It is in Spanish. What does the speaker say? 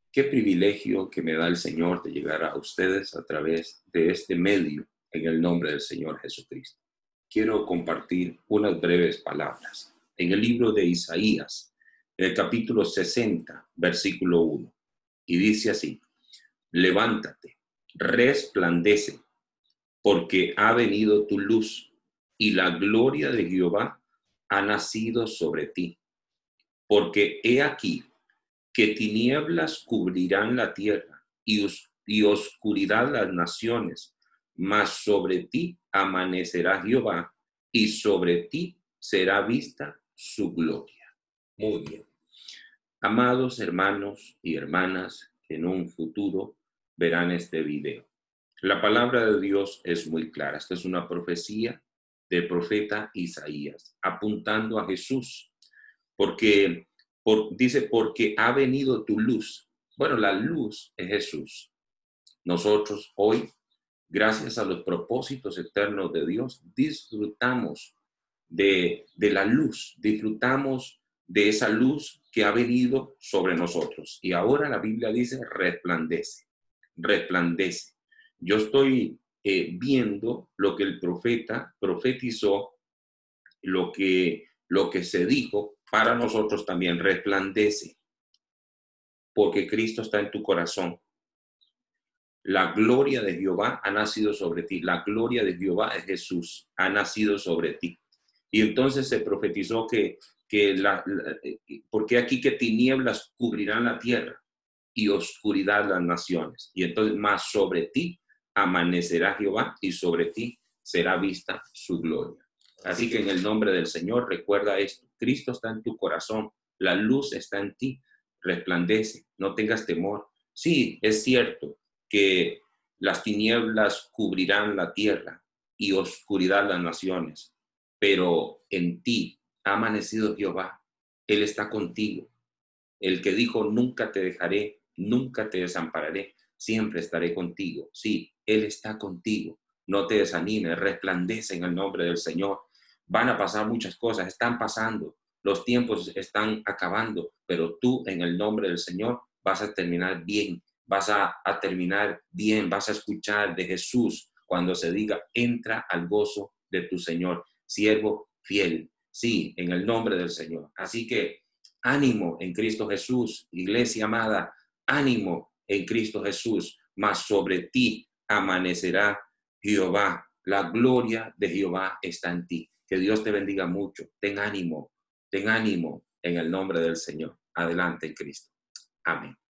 Qué privilegio que me da el Señor de llegar a ustedes a través de este medio en el nombre del Señor Jesucristo. Quiero compartir unas breves palabras. En el libro de Isaías, en el capítulo 60, versículo 1, y dice así: levántate, resplandece, porque ha venido tu luz y la gloria de Jehová ha nacido sobre ti. Porque he aquí que tinieblas cubrirán la tierra y oscuridad las naciones, mas sobre ti amanecerá Jehová y sobre ti será vista su gloria. Muy bien. Amados hermanos y hermanas que en un futuro verán este video. La palabra de Dios es muy clara. Esta es una profecía del profeta Isaías, apuntando a Jesús, porque dice, porque ha venido tu luz. Bueno, la luz es Jesús. Nosotros hoy, gracias a los propósitos eternos de Dios, disfrutamos de la luz, disfrutamos de esa luz que ha venido sobre nosotros. Y ahora la Biblia dice, resplandece, resplandece. Yo estoy viendo lo que el profeta profetizó, lo que se dijo para nosotros también: resplandece, porque Cristo está en tu corazón. La gloria de Jehová ha nacido sobre ti. La gloria de Jehová es Jesús, ha nacido sobre ti. Y entonces se profetizó porque aquí que tinieblas cubrirán la tierra y oscuridad las naciones. Y entonces más sobre ti amanecerá Jehová y sobre ti será vista su gloria. Así que en el nombre del Señor recuerda esto: Cristo está en tu corazón, la luz está en ti, resplandece, no tengas temor. Sí, es cierto que las tinieblas cubrirán la tierra y oscuridad las naciones, pero en ti ha amanecido Jehová, Él está contigo. El que dijo, nunca te dejaré, nunca te desampararé, siempre estaré contigo. Sí, Él está contigo. No te desanimes, resplandece en el nombre del Señor. Van a pasar muchas cosas, están pasando, los tiempos están acabando, pero tú en el nombre del Señor vas a terminar bien, vas a terminar bien, vas a escuchar de Jesús cuando se diga, entra al gozo de tu Señor, siervo fiel. Sí, en el nombre del Señor. Así que ánimo en Cristo Jesús, iglesia amada, ánimo en Cristo Jesús, mas sobre ti amanecerá Jehová. La gloria de Jehová está en ti. Que Dios te bendiga mucho. Ten ánimo en el nombre del Señor. Adelante en Cristo. Amén.